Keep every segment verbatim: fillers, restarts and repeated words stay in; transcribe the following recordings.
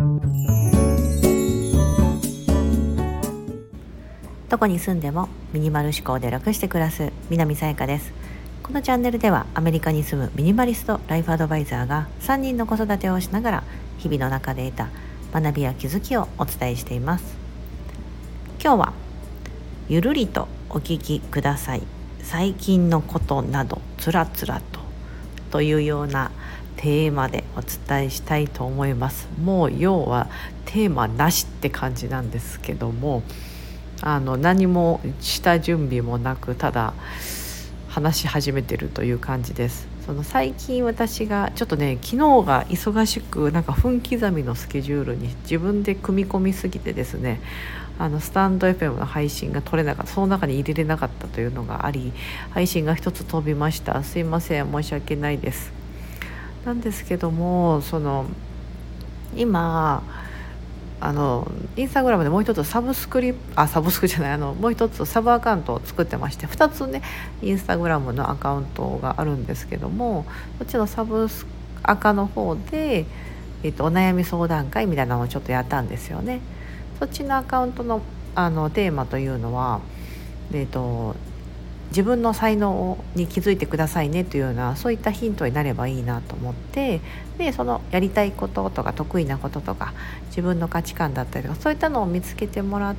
どこに住んでもミニマル思考で楽して暮らす南さやかです。このチャンネルではアメリカに住むミニマリストライフアドバイザーがさんにんの子育てをしながら日々の中で得た学びや気づきをお伝えしています。今日はゆるりとお聞きください、最近のことなどつらつらとというようなテーマでお伝えしたいと思います。もう要はテーマなしって感じなんですけども、あの何もした準備もなくただ話し始めてるという感じです。その最近私がちょっとね、昨日が忙しくなんか分刻みのスケジュールに自分で組み込みすぎてですね、あのスタンド エフエム の配信が取れなかった、その中に入れれなかったというのがあり、配信が一つ飛びました。すいません、申し訳ないです。なんですけども、その今あのインスタグラムでもう一つサブスクリあサブスクじゃないあのもう一つサブアカウントを作ってまして、ふたつねインスタグラムのアカウントがあるんですけども、そっちのサブスアカの方で、えっと、お悩み相談会みたいなのをちょっとやったんですよね。そっちのアカウントの、あのテーマというのは、えっと自分の才能に気づいてくださいねというような、そういったヒントになればいいなと思って、でそのやりたいこととか得意なこととか自分の価値観だったりとか、そういったのを見つけてもらって、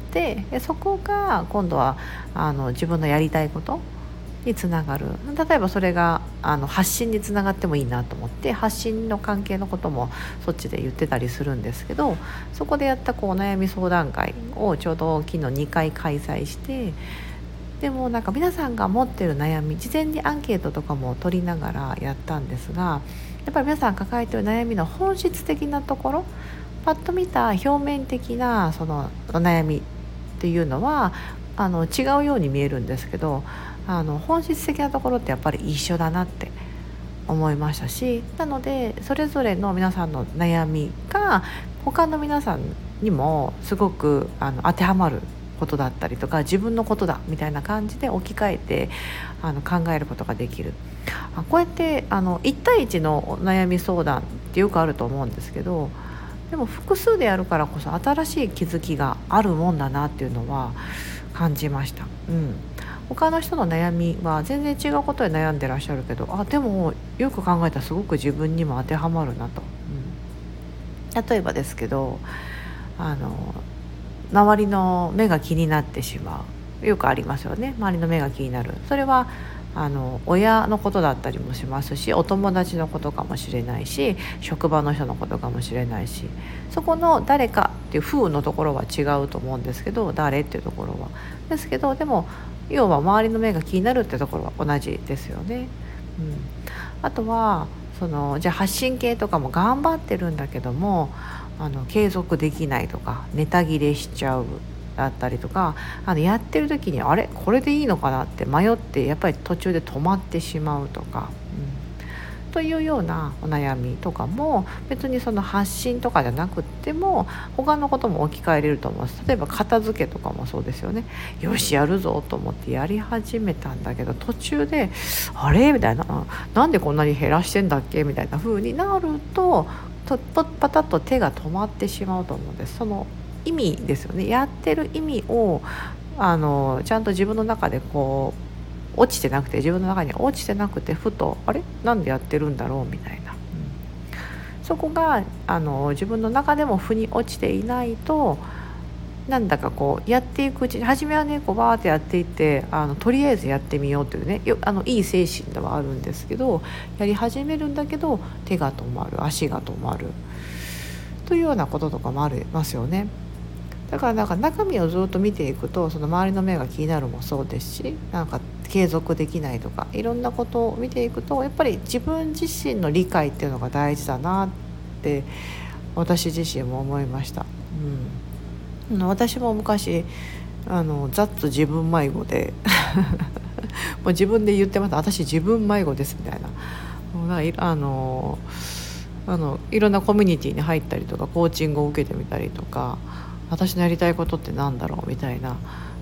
でそこが今度はあの自分のやりたいことにつながる。例えばそれがあの発信につながってもいいなと思って、発信の関係のこともそっちで言ってたりするんですけど、そこでやったこうお悩み相談会をちょうど昨日にかい開催して、でもなんか皆さんが持っている悩み、事前にアンケートとかも取りながらやったんですが、やっぱり皆さん抱えている悩みの本質的なところ、パッと見た表面的なそのお悩みっていうのはあの違うように見えるんですけど、あの本質的なところってやっぱり一緒だなって思いましたし、なのでそれぞれの皆さんの悩みが他の皆さんにもすごくあの当てはまることだったりとか、自分のことだみたいな感じで置き換えてあの考えることができる。あこうやってあのいち対いちのお悩み相談ってよくあると思うんですけど、でも複数でやるからこそ新しい気づきがあるもんだなっていうのは感じました。うん、他の人の悩みは全然違うことで悩んでらっしゃるけど、あでもよく考えたらすごく自分にも当てはまるなと。うん、例えばですけど、あの周りの目が気になってしまう、よくありますよね。周りの目が気になる、それはあの親のことだったりもしますし、お友達のことかもしれないし、職場の人のことかもしれないし、そこの誰かっていう風のところは違うと思うんですけど、誰っていうところはですけど、でも要は周りの目が気になるっていうところは同じですよね。うん、あとはそのじゃあ発信系とかも頑張ってるんだけども、あの継続できないとかネタ切れしちゃうだったりとか、あのやってる時にあれこれでいいのかなって迷ってやっぱり途中で止まってしまうとか、うん、というようなお悩みとかも別にその発信とかじゃなくっても他のことも置き換えれると思います。例えば片付けとかもそうですよね。よしやるぞと思ってやり始めたんだけど、途中であれみたいな、なんでこんなに減らしてんだっけみたいな風になるととパタッと手が止まってしまうと思うんです。その意味ですよね。やってる意味をあのちゃんと自分の中でこう落ちてなくて、自分の中に落ちてなくて、ふとあれなんでやってるんだろうみたいな、うん、そこがあの自分の中でも腑に落ちていないと、なんだかこうやっていくうちに、初めはねこうバーってやっていって、あのとりあえずやってみようというね、よあのいい精神ではあるんですけど、やり始めるんだけど手が止まる、足が止まるというようなこととかもありますよね。だからなんか中身をずっと見ていくと、その周りの目が気になるもそうですし、なんか継続できないとかいろんなことを見ていくと、やっぱり自分自身の理解っていうのが大事だなって私自身も思いました。うん、私も昔あのざっと自分迷子でもう自分で言ってました。私自分迷子ですみたいな。もうなんかあのあのいろんなコミュニティに入ったりとかコーチングを受けてみたりとか、私のやりたいことってなんだろうみたいな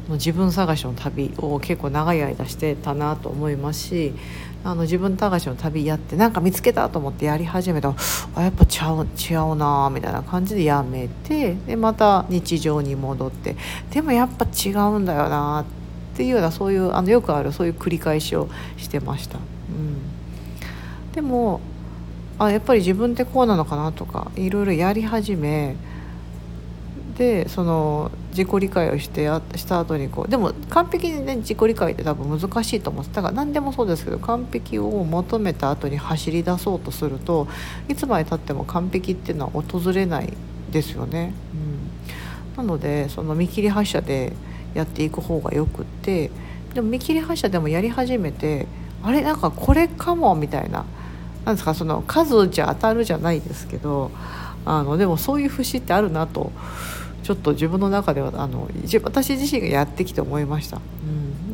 自分探しの旅を結構長い間してたなと思いますし、あの自分探しの旅やってなんか見つけたと思ってやり始めた、あやっぱちゃう違うなみたいな感じでやめて、でまた日常に戻って、でもやっぱ違うんだよなっていうような、そういうあのよくあるそういう繰り返しをしてました。うん、でもあやっぱり自分ってこうなのかなとかいろいろやり始めで、その自己理解をしてやした後にこうでも完璧にね自己理解って多分難しいと思って、だから何でもそうですけど、完璧を求めた後に走り出そうとするといつまでたっても完璧っていうのは訪れないですよね。うん、なのでその見切り発車でやっていく方がよくって、でも見切り発車でもやり始めて、あれなんかこれかもみたいな、なんですか、その数じゃ当たるじゃないですけど、あのでもそういう節ってあるなとちょっと自分の中ではあの私自身がやってきて思いました。うん、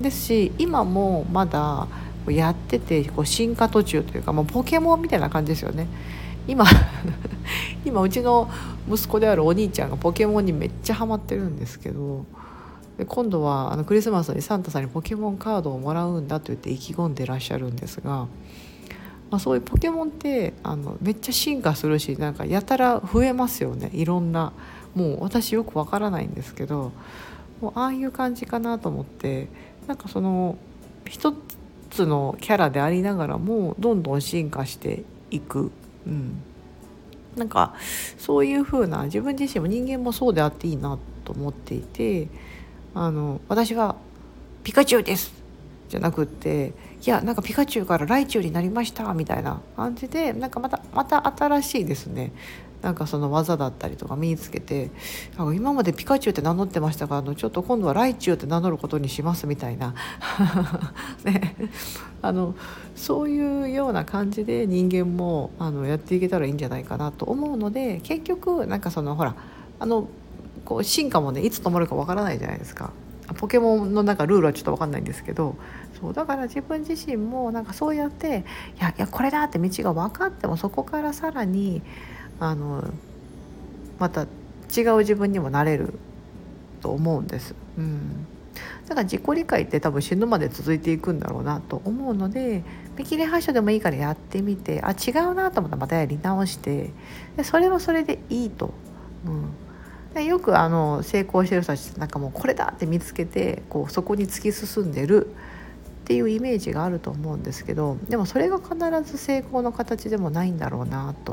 ですし今もまだやっててこう進化途中というか、もうポケモンみたいな感じですよね。今今うちの息子であるお兄ちゃんがポケモンにめっちゃハマってるんですけど、で今度はあのクリスマスにサンタさんにポケモンカードをもらうんだと言って意気込んでらっしゃるんですが、まあ、そういうポケモンってあのめっちゃ進化するし、なんかやたら増えますよね。いろんな、もう私よくわからないんですけど、もうああいう感じかなと思って、なんかその一つのキャラでありながらもどんどん進化していく、うん、なんかそういう風な、自分自身も人間もそうであっていいなと思っていて、あの私はピカチュウですじゃなくって、いやなんかピカチュウからライチュウになりましたみたいな感じで、なんかまたまた新しいですね、なんかその技だったりとか身につけて、なんか今までピカチュウって名乗ってましたが、あのちょっと今度はライチュウって名乗ることにしますみたいな、ね、あのそういうような感じで人間もあのやっていけたらいいんじゃないかなと思うので、結局なんかそのほらあのこう進化もねいつ止まるかわからないじゃないですか。ポケモンのなんかルールはちょっと分かんないんですけど、そうだから自分自身もなんかそうやっていやいやこれだって道が分かっても、そこからさらにあのまた違う自分にもなれると思うんです。うん、だから自己理解って多分死ぬまで続いていくんだろうなと思うので、見切り発車でもいいからやってみて、あ違うなと思ったらまたやり直して、でそれはそれでいいと。うんでよくあの成功してる人たちってなんかもうこれだって見つけてこうそこに突き進んでるっていうイメージがあると思うんですけど、でもそれが必ず成功の形でもないんだろうなと、うん、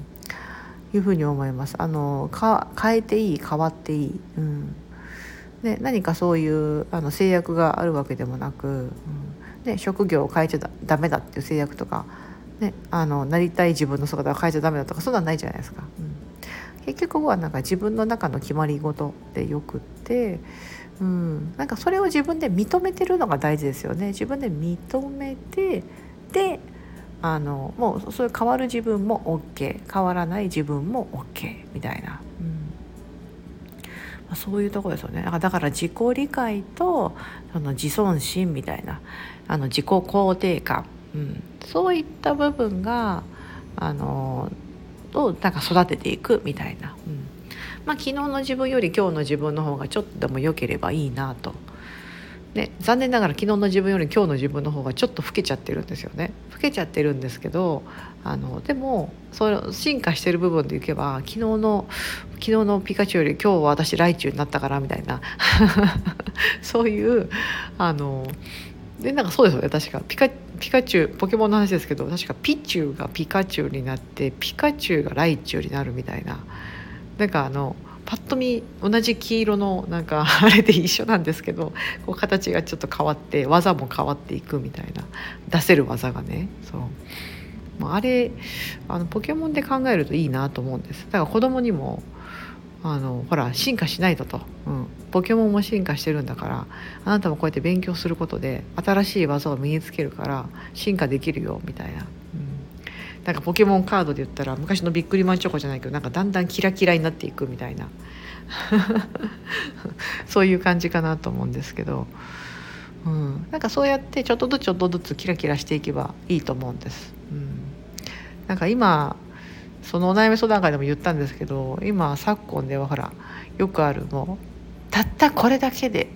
いうふうに思います。あのか変えていい変わっていい、うんね、何かそういうあの制約があるわけでもなく、うんね、職業を変えちゃだダメだっていう制約とか、ね、あのなりたい自分の姿を変えちゃダメだとかそんなのないじゃないですか。うん結局はなんか自分の中の決まり事でよくって、うん、なんかそれを自分で認めてるのが大事ですよね。自分で認めて、であのもうそういう変わる自分も OK、 変わらない自分も OK みたいな、うんまあ、そういうところですよね。だからだから自己理解とその自尊心みたいな、あの自己肯定感、うん、そういった部分があのをなんか育てていくみたいな、うんまあ、昨日の自分より今日の自分の方がちょっとでも良ければいいなと、ね、残念ながら昨日の自分より今日の自分の方がちょっと老けちゃってるんですよね。老けちゃってるんですけど、あのでもその進化してる部分でいけば、昨日の昨日のピカチュウより今日は私ライチュウになったからみたいなそういうあのでなんかそうですよね。確かピカピカチュウポケモンの話ですけど、確かピチュウがピカチュウになってピカチュウがライチュウになるみたいな、なんかあのパッと見同じ黄色のなんかあれで一緒なんですけど、こう形がちょっと変わって技も変わっていくみたいな、出せる技がね、そうまあ、あれあのポケモンで考えるといいなと思うんです。だから子供にもあのほら進化しないとと、うん、ポケモンも進化してるんだから、あなたもこうやって勉強することで新しい技を身につけるから進化できるよみたいな、うん、なんかポケモンカードで言ったら昔のビックリマンチョコじゃないけど、なんかだんだんキラキラになっていくみたいなそういう感じかなと思うんですけど、うん、なんかそうやってちょっとずつちょっとずつキラキラしていけばいいと思うんです、うん、なんか今そのお悩み相談会でも言ったんですけど、今昨今ではほらよくあるもうたったこれだけで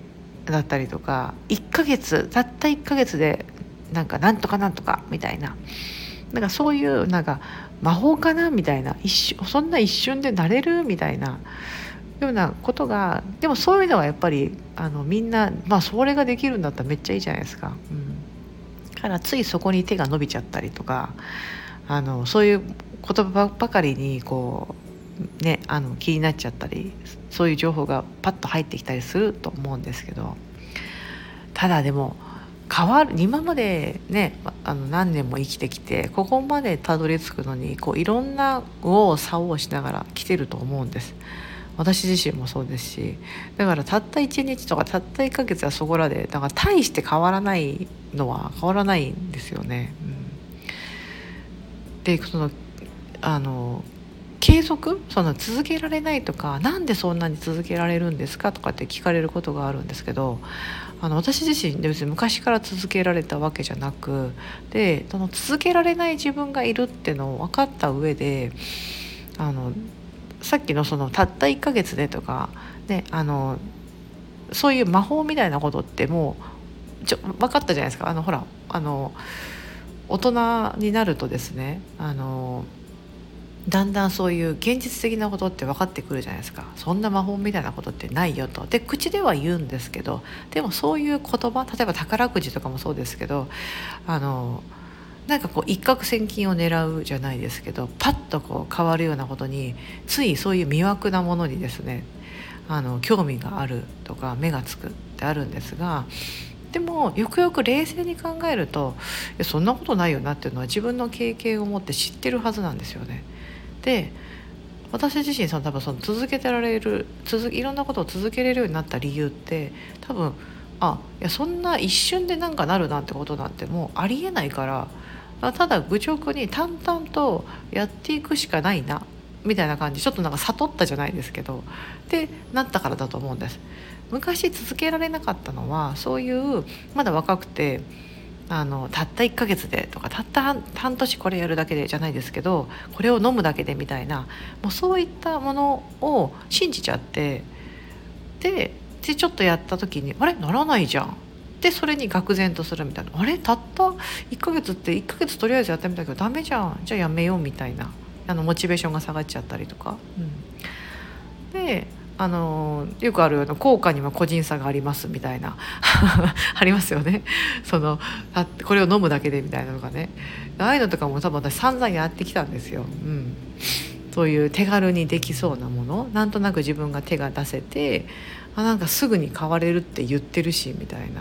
だったりとか、いっかげつたったいっかげつでなんかなんとかなんとかみたいな、なんかそういうなんか魔法かなみたいな、一瞬そんな一瞬でなれるみたいなようなことが、でもそういうのはやっぱりあのみんな、まあそれができるんだったらめっちゃいいじゃないですか、うん、だからついそこに手が伸びちゃったりとか、あのそういう言葉ばかりにこうね、あの気になっちゃったり、そういう情報がパッと入ってきたりすると思うんですけど、ただでも変わる、今までね、あの何年も生きてきてここまでたどり着くのにこういろんな右往左往しながら来てると思うんです。私自身もそうですし、だからたったいちにちとかたったいっかげつはそこらで、だから大して変わらないのは変わらないんですよね、うん、でそのあの継続、その続けられないとか、なんでそんなに続けられるんですかとかって聞かれることがあるんですけど、あの私自身で別に昔から続けられたわけじゃなく、でその続けられない自分がいるっていうのを分かった上で、あのさっきのそのたったいっかげつでとか、ね、あのそういう魔法みたいなことってもうちょ分かったじゃないですか。あのほらあの大人になるとですね、あのだんだんそういう現実的なことって分かってくるじゃないですか。そんな魔法みたいなことってないよと。で口では言うんですけど、でもそういう言葉、例えば宝くじとかもそうですけど、あのなんかこう一攫千金を狙うじゃないですけど、パッとこう変わるようなことについそういう魅惑なものにですね、あの興味があるとか目がつくってあるんですが、でもよくよく冷静に考えると、いやそんなことないよなっていうのは自分の経験を持って知ってるはずなんですよね。で私自身その多分その続けてられる続いろんなことを続けれるようになった理由って、多分あいやそんな一瞬でなんかなるなんてことなんてもうありえないから、ただ愚直に淡々とやっていくしかないなみたいな感じ、ちょっとなんか悟ったじゃないですけどってなったからだと思うんです。昔続けられなかったのは、そういうまだ若くてあのたったいっかげつでとかたった半半年これやるだけでじゃないですけど、これを飲むだけでみたいな、もうそういったものを信じちゃって、ででちょっとやった時にあれならないじゃん、でそれに愕然とするみたいな、あれたったいっかげつっていっかげつとりあえずやってみたけどダメじゃん、じゃあやめようみたいな、あのモチベーションが下がっちゃったりとか、うん、であのよくあるような効果には個人差がありますみたいなありますよね。そのあこれを飲むだけでみたいなのがね、ああいうのとかも多分私散々やってきたんですよ、うん、そういう手軽にできそうなもの、なんとなく自分が手が出せて、あなんかすぐに変われるって言ってるしみたいな、うん、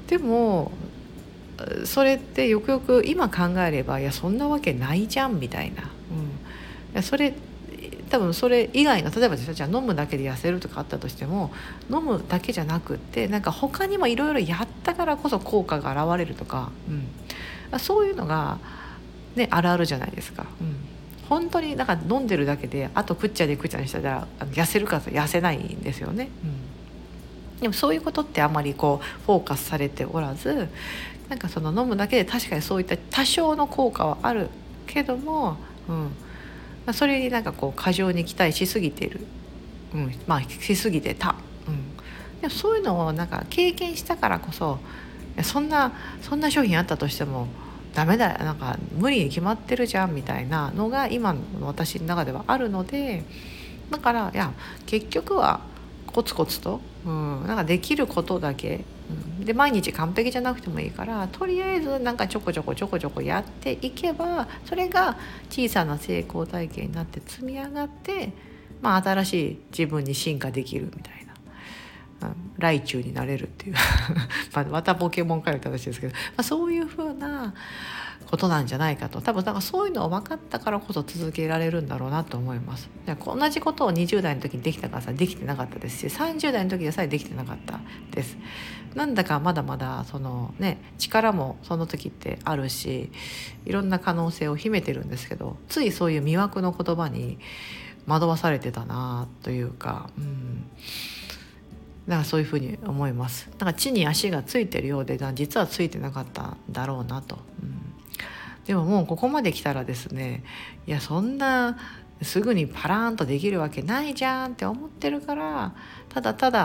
でもそれってよくよく今考えれば、いやそんなわけないじゃんみたいな、うん、いやそれ多分それ以外の、例えばですよ、じゃあ飲むだけで痩せるとかあったとしても、飲むだけじゃなくって、なんか他にもいろいろやったからこそ効果が現れるとか、うん、そういうのが、ね、あるあるじゃないですか、うん、本当になんか飲んでるだけであと食っちゃで食っちゃにしたら痩せるか痩せないんですよね、うん、でもそういうことってあんまりこうフォーカスされておらず、なんかその飲むだけで確かにそういった多少の効果はあるけども、うんそれになんかこう過剰に期待しすぎている、うん、まあしすぎてた、うん、でもそういうのをなんか経験したからこそ、そんなそんな商品あったとしてもダメだよ、なんか無理に決まってるじゃんみたいなのが今の私の中ではあるので、だからいや結局はコツコツと、うん、なんかできることだけ、うん、で毎日完璧じゃなくてもいいから、とりあえずなんかちょこちょこちょこちょこやっていけば、それが小さな成功体験になって積み上がって、まあ、新しい自分に進化できるみたいな、うん、ライチュウになれるっていうまあまたポケモンかよって話ですけど、まあ、そういう風なことなんじゃないかと、多分なんかそういうのを分かったからこそ続けられるんだろうなと思います。同じことをにじゅう代の時にできたからさできてなかったですし、さんじゅう代の時でさえできてなかったです。なんだかまだまだそのね力もその時ってあるし、いろんな可能性を秘めてるんですけど、ついそういう魅惑の言葉に惑わされてたなというか、うんだからそういうふうに思います。なんか地に足がついてるようで実はついてなかったんだろうなと、うん、でももうここまで来たらですね、いやそんなすぐにパラーンとできるわけないじゃんって思ってるから、ただただ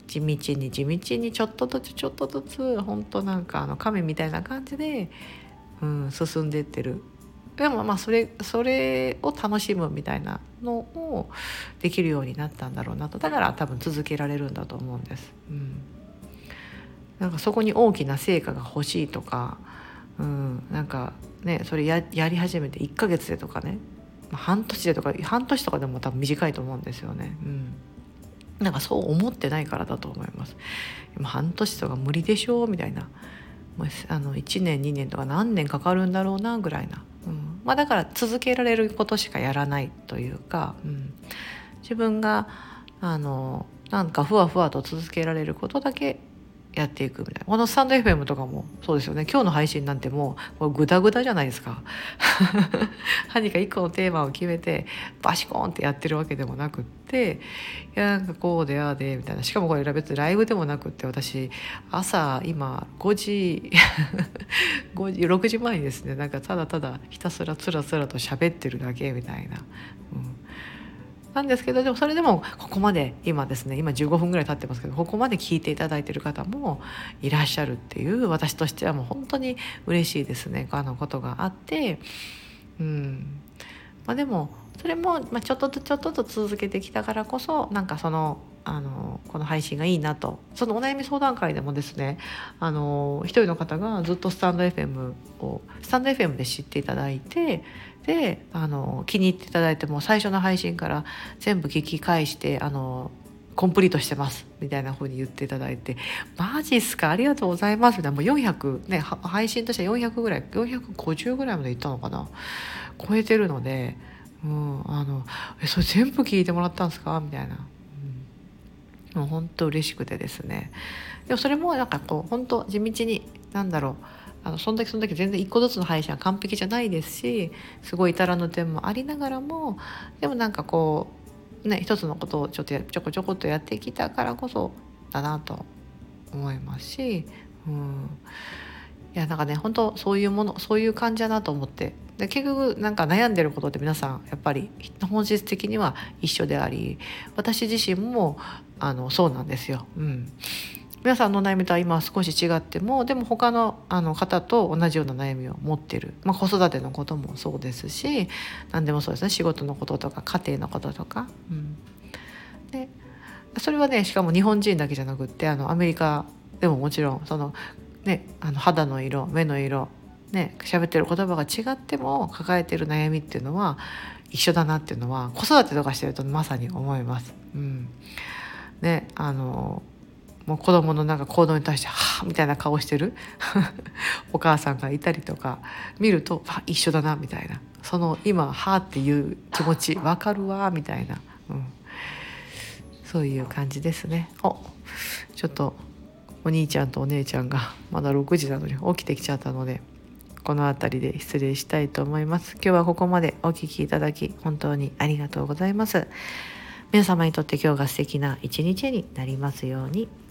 地道に地道にちょっとずつちょっとずつ本当なんかあの亀みたいな感じで、うん、進んでいってる。でもまあそれそれを楽しむみたいなのをできるようになったんだろうなと。だから多分続けられるんだと思うんです。うん、なんかそこに大きな成果が欲しいとか、うん、なんかねそれ や, やり始めていっかげつでとかね、まあ、半年でとか半年とかでも多分短いと思うんですよね。うん、なんかそう思ってないからだと思います。今半年とか無理でしょうみたいな、もうあのいちねんにねんとか何年かかるんだろうなぐらいな、うんまあ、だから続けられることしかやらないというか、うん、自分があのなんかふわふわと続けられることだけやっていくみたいな。このスタンド エフエム とかもそうですよね。今日の配信なんてもうグダグダじゃないですか何か一個のテーマを決めてバシコーンってやってるわけでもなくって、いやなんかこうでああでみたいな。しかもこれ別にライブでもなくって、私朝今ごじごじろくじまえにですね、なんかただただひたすらつらつらと喋ってるだけみたいな、うんなんですけど、でもそれでもここまで今ですね、今じゅうごふんぐらい経ってますけど、ここまで聞いていただいている方もいらっしゃるっていう、私としてはもう本当に嬉しいですね。あのことがあって、うんまあ、でもそれも、まあ、ちょっとずつちょっとずつ続けてきたからこそ、なんかそのあのこの配信がいいなと。そのお悩み相談会でもですね、あの一人の方がずっとスタンド エフエム をスタンド エフエム で知っていただいて、であの気に入っていただいて、も最初の配信から全部聞き返してあのコンプリートしてますみたいな風に言っていただいて、マジっすかありがとうございますみたいな。もうよんひゃくね、配信としてはよんひゃくぐらいよんひゃくごじゅうぐらいまでいったのかな、超えてるので、うん、あのえそれ全部聞いてもらったんですかみたいな、うん、もう本当嬉しくてですね。でもそれもなんかこう本当地道になんだろうあのその時その時全然一個ずつの配信は完璧じゃないですし、すごい至らぬ点もありながらも、でもなんかこうね一つのことをちょっとちょこちょこっとやってきたからこそだなと思いますし、うん、いやなんかね本当そういうものそういう感じだなと思って、で結局なんか悩んでることって皆さんやっぱり本質的には一緒であり、私自身もあのそうなんですよ。うん皆さんの悩みとは今少し違っても、でも他の、あの方と同じような悩みを持ってる、まあ、子育てのこともそうですし、何でもそうですね、仕事のこととか家庭のこととか、うん、でそれはねしかも日本人だけじゃなくって、あのアメリカでももちろんその、ね、あの肌の色目の色ね喋ってる言葉が違っても抱えてる悩みっていうのは一緒だなっていうのは子育てとかしてるとまさに思います。うんね、あのもう子供のなんか行動に対してはぁみたいな顔してるお母さんがいたりとか見るとあ一緒だなみたいな、その今はぁっていう気持ちわかるわみたいな、うん、そういう感じですね。おちょっとお兄ちゃんとお姉ちゃんがまだろくじなのに起きてきちゃったので、この辺りで失礼したいと思います。今日はここまでお聞きいただき本当にありがとうございます。皆様にとって今日が素敵な一日になりますように。